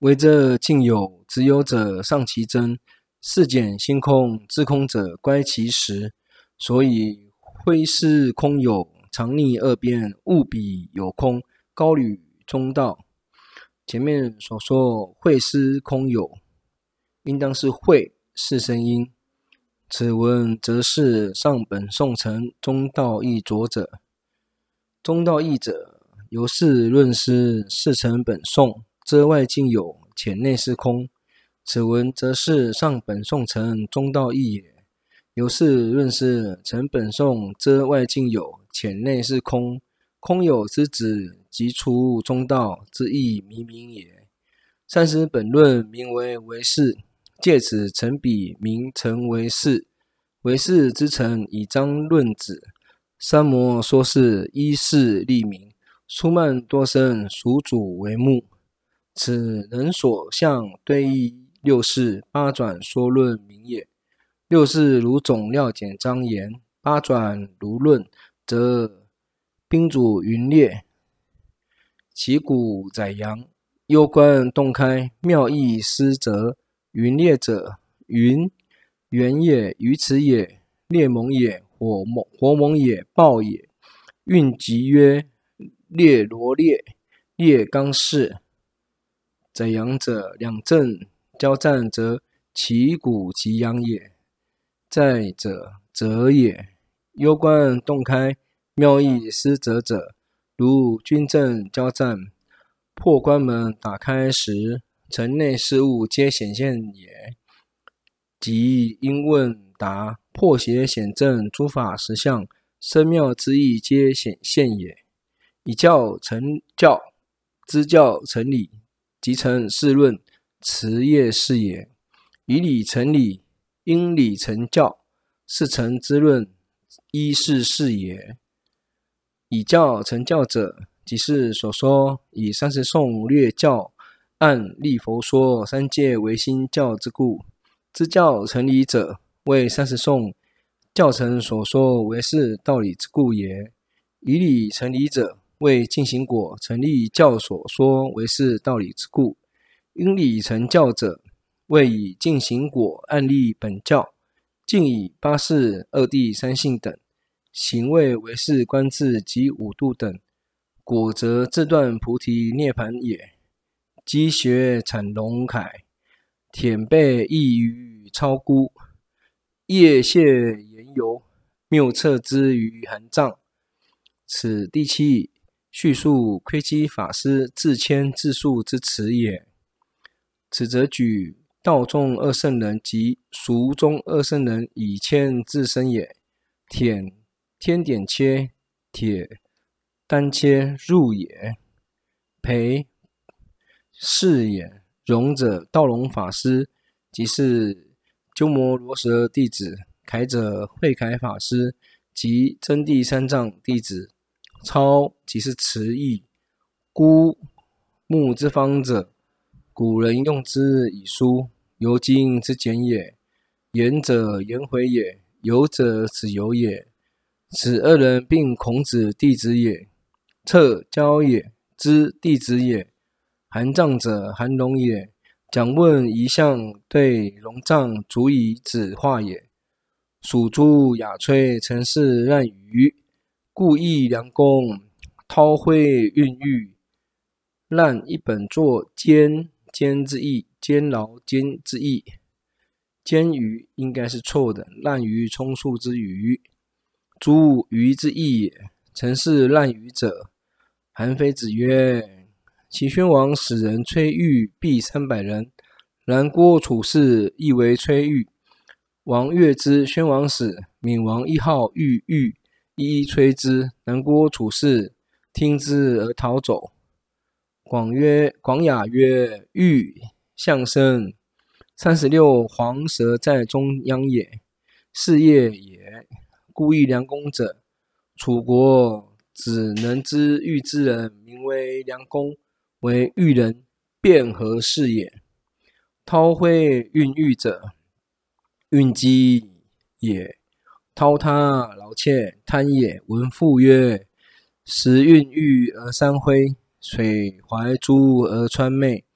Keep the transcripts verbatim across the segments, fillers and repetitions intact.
为这境有执有者上其真，世简心空，自空者乖其实。所以挥师空有，常逆二边，物比有空，高履中道。前面所说会师空有，应当是会是声音。此文则是上本宋承中道义拙者。中道义者，由是论师，事成本宋，遮外境有，浅内是空。此文则是上本宋承中道义也。由是论师，成本宋，遮外境有，浅内是空。空有之旨，即出中道之意弥明也。善思本论名为唯识，借此成笔名成唯识。唯识之成，以彰论旨。三摩说是依事立名，疏慢多生，属主为目。此人所向对应六事八转说论名也。六事如总料简章言，八转如论，则宾主云列，其鼓载扬，攸关洞开，妙义思则。云列者，云元也，鱼池也，列蒙也，火蒙火蒙也，豹也。运即曰列罗列，列刚氏。载扬者，两正交战则其鼓即扬也。在者则也。攸关洞开，妙义思则者，如军阵交战，破关门打开时，城内事物皆显现也。即因问答，破邪显正，诸法实相，深妙之意皆显现也。以教成教，知教成理，即成事论，持业是也。以理成理，因理成教，是成之论，依是是也。以教成教者，即是所说以三十颂略教，按立佛说三界唯心教之故。知教成理者，为三十颂教成所说为是道理之故也。以理成理者，为尽行果成立教所说为是道理之故。因理成教者，为以尽行果案例本教，尽以八事二谛三性等，行为为是观自及五度等，果则自断菩提涅盘也。积学产龙楷，舔背异于超估，业谢言由，谬测之于含藏。此第七叙述窥基法师自谦自述之词也。此则举道中二圣人及俗中二圣人以谦自身也。舔天点切，铁单切入也。培是也。容者道隆法师，即是鸠摩罗什弟子。楷者慧楷法师，即真谛三藏弟子。超即是词义。估目之方者，古人用之以书，由经之简也。言者颜回也，有者子游也。此二人并孔子弟子也。测交也，知弟子也。韩藏者韩龙也。讲问一向对龙藏足以指化也。属诸雅吹陈氏滥竽，故意良工，韬晦孕育。滥一本作监，监之意，监牢监之意。监鱼应该是错的，滥竽充数之竽，诸鱼之意也。陈氏滥竽者，韩非子曰：齐宣王使人吹玉必三百人，然郭处士亦为吹玉。王悦之，宣王使，闵王一号玉玉，一一吹之。南郭处士听之而逃走。广曰广雅曰：玉象声，三十六黄蛇在中央也，是业也。故意良工者，楚国只能知玉之人，名为良工，为玉人，便合是也。韬晦孕育者，运机也。韬他劳妾，贪也。文赋曰：时孕育而三辉，水怀珠而穿妹。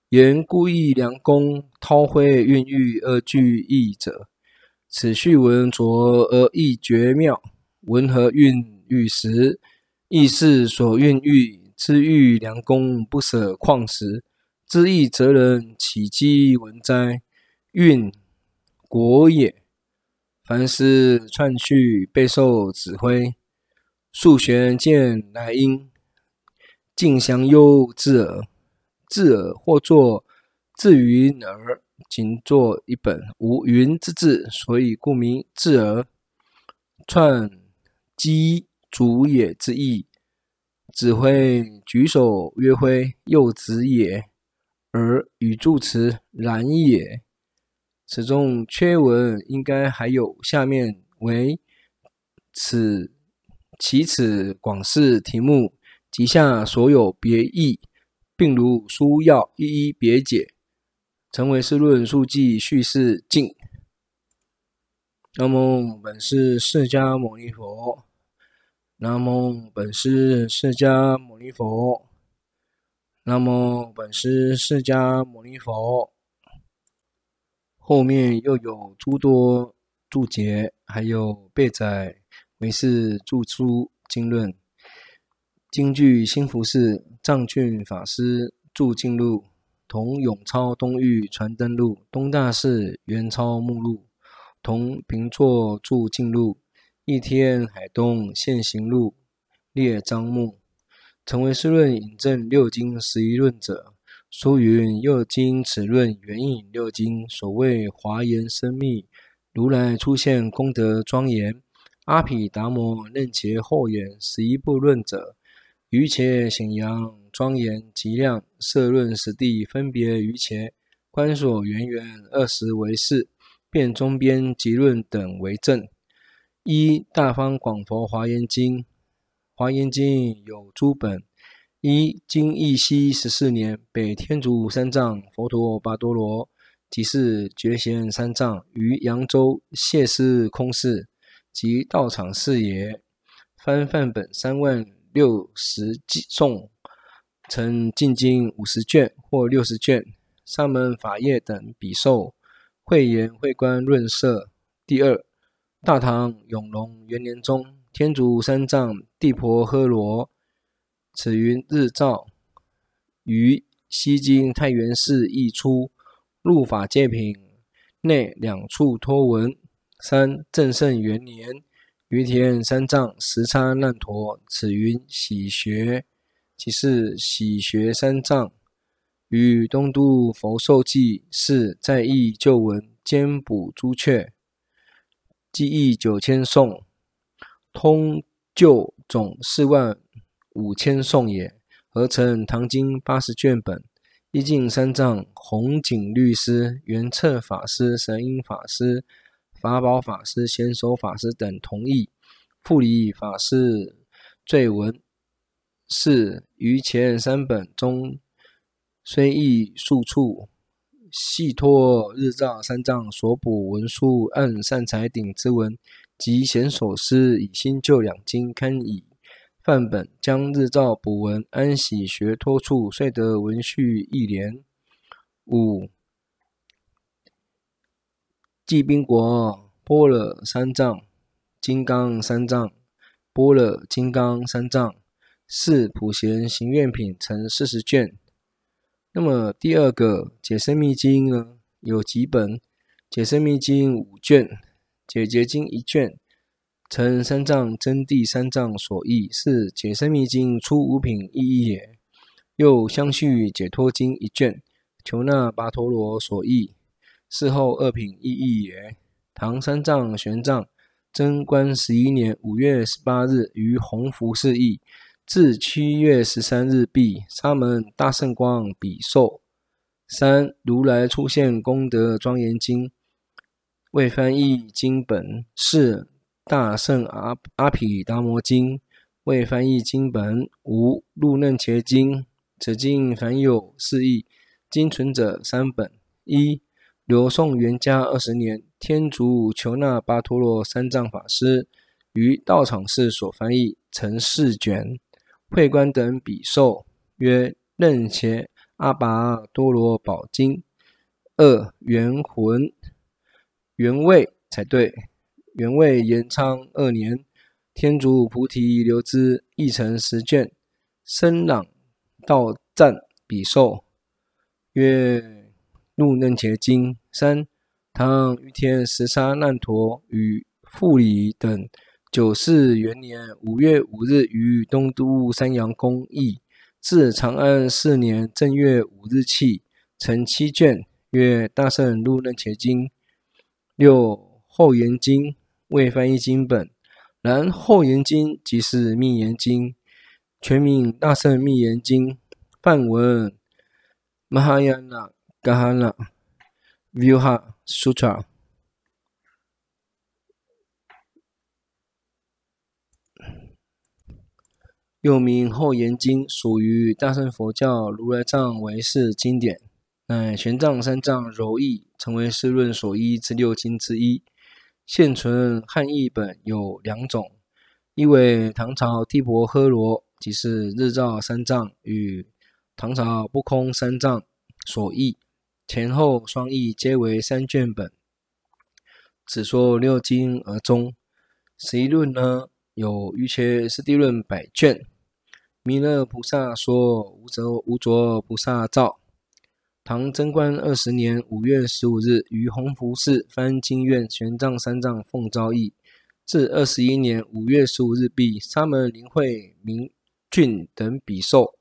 言故意良弓，韬晦韵律而俱异者，此序文拙而意绝妙。文何韵律时，亦是所韵律之欲良弓，不舍旷时。知意则人岂积文哉？韵国也。凡诗串序，备受指挥。数玄见来音，尽详优自耳。自耳或作自云耳，仅作一本，无云之字，所以故名自耳。串击主也之意，指挥举手曰挥，又指也。而语助词然也。此中缺文应该还有下面为此其此广式题目及下所有别义，并如书要一一别解。成为世论述记叙事尽。南无本师释迦牟尼佛。南无本师释迦牟尼佛。南无本师释迦牟尼佛。后面又有诸多注解，还有备载唯识注疏经论。京剧新福寺藏俊法师注经录，同永超东域传灯录，东大寺元超目录，同平作注经录，一天海东现行录列章目。成为世论引证六经十一论者，书云又经此论援引六经，所谓华严深密，如来出现功德庄严，阿毗达摩任其后言十一部论者，于且显扬庄严极量，摄论实地分别于且观所缘缘二十为是，辩中边集论等为证。一大方广佛华严经。华严经有诸本。一经义熙十四年，北天竺三藏佛陀跋多罗，即是觉贤三藏，于扬州谢师空寺及道场寺也。翻范本三万六十诵，曾进经五十卷或六十卷。上门法业等比受，慧言慧观论摄。第二，大唐永隆元年中，天竺三藏地婆诃罗，此云日照，于西京太原寺译出，入法界品内两处托文。三正圣元年，于田三藏时差难陀，此云喜学，即是喜学三藏，于东都佛受记是在译旧文，兼补诸阙，记忆九千颂，通旧总四万五千颂也，合成唐经八十卷本。一净三藏、弘景律师、圆彻法师、神音法师、法宝法师、贤手法师等同意。复理法师罪文是于前三本中虽译数处，系托日照三藏所补文书按善财鼎之文及贤手师以新旧两经堪以范本，将日照补文安喜学托处，遂得文序一联。五济宾国般若三藏、金刚三藏、般若金刚三藏，是普贤行愿品成四十卷。那么第二个解深密经呢，有几本？解深密经五卷，解结经一卷，成三藏真谛三藏所译，是解深密经出五品意义也。又相续解脱经一卷，求那跋陀罗所译，是后二品意义也。唐三藏玄奘贞观十一年五月十八日于弘福寺译，至七月十三日毕，沙门大圣光比受。三如来出现功德庄严经，未翻译经本，是大圣阿阿毗达摩经，未翻译经本。无入楞伽经，此经凡有四译，经存者三本。一刘宋元嘉二十年，天竺求那跋陀罗三藏法师于道场寺所翻译，成四卷。慧观等比受，曰：楞伽阿拔多罗宝经。二元魂，元魏才对。元魏延昌二年，天竺菩提留支译成十卷，深朗道赞比寿，曰入楞伽经。三唐玉天十沙难陀与富里等九世元年五月五日于东都山阳宫译，至长安四年正月五日起，成七卷，曰大圣入楞伽经。六后延经，未翻译经本，然后延经即是密言经，全名大圣密言经，梵文 Mahayana Gahana Vyuha Sutra， 又名后延经，属于大乘佛教如来藏唯识经典，乃玄奘三藏柔译，成为释论所依之六经之一。现存汉译本有两种，一为唐朝帝婆诃罗，即是日照三藏与唐朝不空三藏所译，前后双译皆为三卷本，只说六经而终。十一论呢，有瑜伽师地论百卷，弥勒菩萨说，无着无着菩萨造。唐贞观二十年五月十五日，于弘福寺翻经院玄奘三藏奉诏译，至二十一年五月十五日毕。沙门林慧明俊等比寿。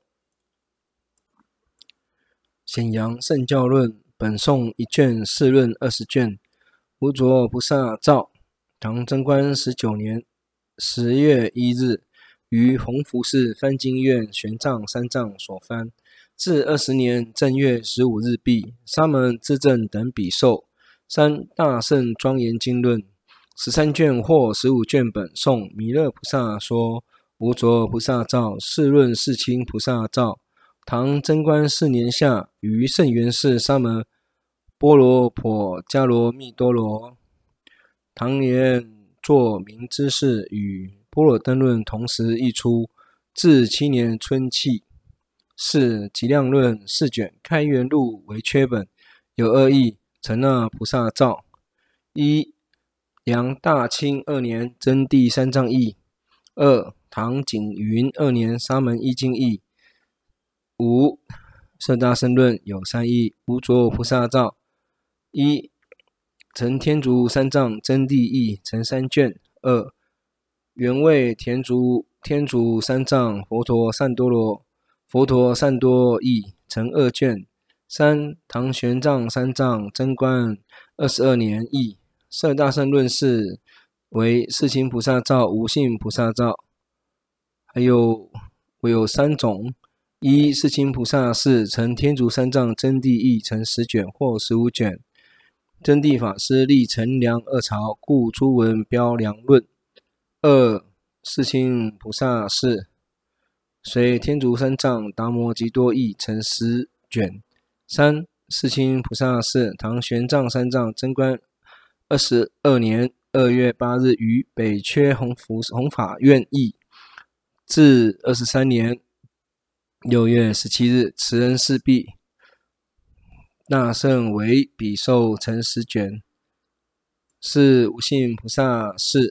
显扬圣教论本颂一卷，释论二十卷。无着菩萨造。唐贞观十九年十月一日，于弘福寺翻经院玄奘三藏所翻，至二十年正月十五日毕。沙门智正等比寿。三大圣庄严经论，十三卷或十五卷本颂弥勒菩萨说，无着菩萨造，释论世亲菩萨造。唐贞观四年夏，于圣元寺沙门波罗婆伽罗蜜多罗，唐年作明知识与波罗灯论同时译出，至七年春季。是极量论四卷，开元录为缺本，有二译，成那菩萨造。一梁大清二年真谛三藏译。二唐景云二年沙门译经译。五摄大圣论有三译，无着菩萨造。一成天竺三藏真谛译，成三卷。二原为天竺天竺三藏佛陀善多罗佛陀善多译，成二卷。三唐玄奘三藏贞观二十二年译。摄大圣论释为世亲菩萨造、无性菩萨造，还有唯有三种。一世亲菩萨是成天竺三藏真谛译，成十卷或十五卷。真谛法师立陈梁二朝，故诸文标梁论。二世亲菩萨是随天竺三藏达摩吉多译，成十卷。三世亲菩萨是唐玄奘三藏贞观二十二年二月八日于北阙弘福弘法院译，至二十三年六月十七日慈恩寺毕。大圣为比寿，成十卷。是无性菩萨是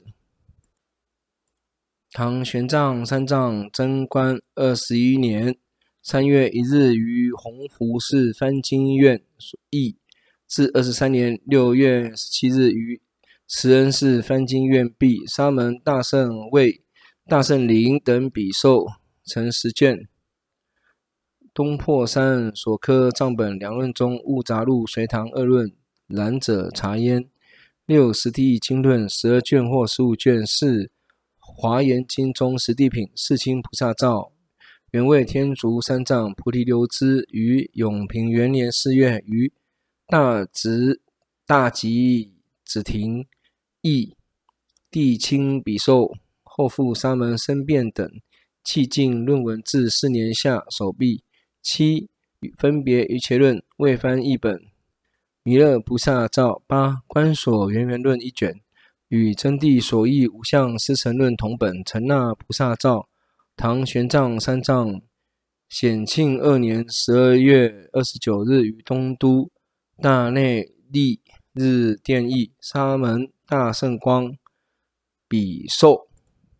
唐玄奘三藏贞观二十一年三月一日于弘福寺翻经院译，至二十三年六月十七日于慈恩寺翻经院毕。沙门大圣为大圣灵等比寿，成十卷。东破山所科藏本两论中，悟杂录隋唐二论，然者察焉。六实地经论十二卷或十五卷，是华严经中实地品，世亲菩萨造。原为天竺三藏菩提流支于永平元年四月于大直大吉子庭译，帝亲比寿，后复沙门僧辩等弃尽论文至四年夏首毕。七分别瑜伽论未翻译本，弥勒菩萨造。八观所圆圆论一卷，与真谛所译无相思成论同本，成那菩萨造。唐玄奘三藏显庆二年十二月二十九日于东都大内历日殿议，沙门大圣光比寿。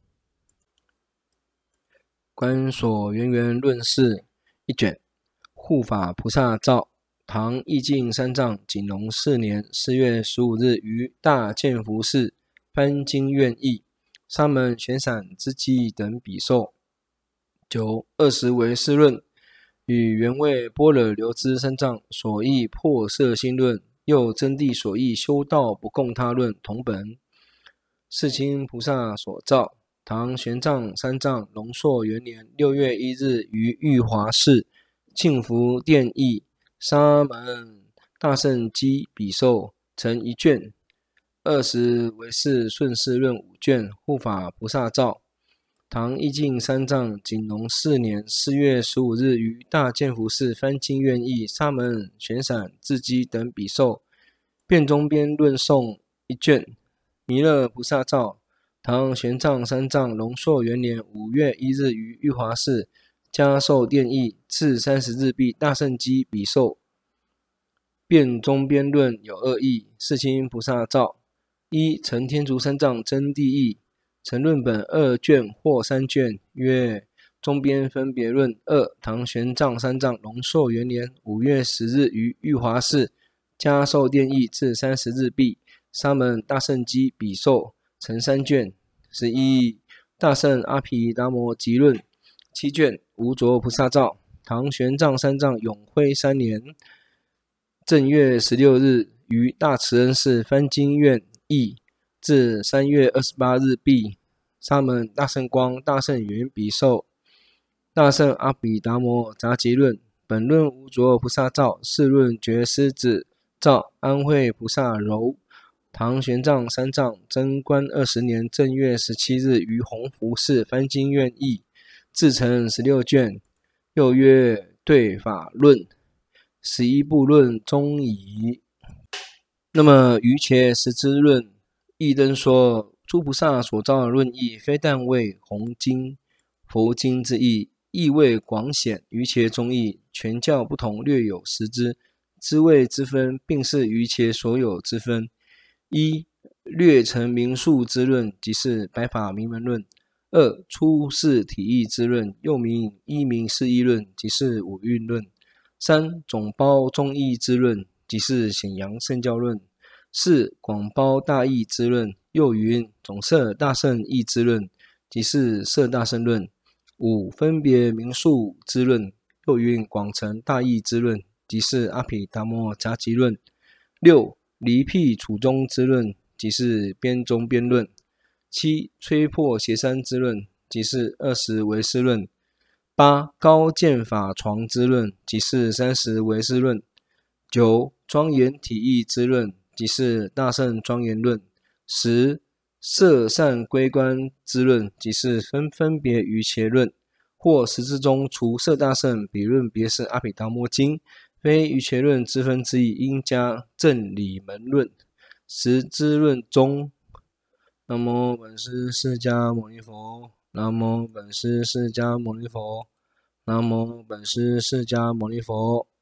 观所缘缘论释一卷，护法菩萨诏：唐义净三藏景龙四年四月十五日于大建福寺翻经院议，沙门玄散之机等比受。九二十为释论，与原位般若流支三藏所译破色心论，又真谛所译修道不共他论同本。世亲菩萨所造，唐玄奘三藏龙朔元年六月一日于玉华寺庆福殿议，沙门大圣机比受，成一卷。二十为是顺释论五卷，护法菩萨诏。唐义净三藏景龙四年四月十五日于大建福寺翻经院议，沙门玄散智机等比受。辩中编论颂一卷。弥勒菩萨诏：唐玄奘三藏龙朔元年五月一日于玉华寺加授殿议，赐三十日币大圣机比受。辩中编论有二义。世亲菩萨诏：一、承天竺三藏真谛义，承论本二卷或三卷，曰中编分别论。二、唐玄奘三藏龙朔元年五月十日于玉华寺加授殿议，至三十日币，沙门大圣机比受，成三卷。十一、大圣阿毗达摩集论七卷。无着菩萨诏：唐玄奘三藏永徽三年正月十六日于大慈恩寺翻经院议，至三月二十八日毕。沙门大圣光大圣云比受。大圣阿毗达摩杂集论。本论无着菩萨诏。释论觉师子诏安慧菩萨柔。唐玄奘三藏贞观二十年正月十七日于弘福寺翻经院议，自成十六卷。又曰对法论。十一部论中矣。那么瑜伽识支论义登说，诸菩萨所造的论义，非但为弘经佛经之义，意味广显，瑜伽中义全教不同，略有识之。知谓之分，并是瑜伽所有之分。一、略陈名数之论，即是百法明门论。二、出世体义之论，又名一名释义论，即是五蕴论。三、总包中义之论，即是显扬圣教论。四、广包大义之论，又云总摄大圣义之论，即是摄大圣论。五、分别名数之论，又云广成大义之论，即是阿毗达摩杂集论。六、离辟处中之论，即是编中编论。七、吹破邪山之论，即是二十为释论。八、高见法床之论，即是三十为释论。九、庄严体义之论，即是大圣庄严论。十、摄善归观之论，即是分分别瑜伽论。或十之中除摄大圣，彼论别是阿毗达摩经，非瑜伽论之分之一，应加正理门论。十之论中，南无本师释迦牟尼佛，南无本师释迦牟尼佛，南无本师释迦牟尼佛。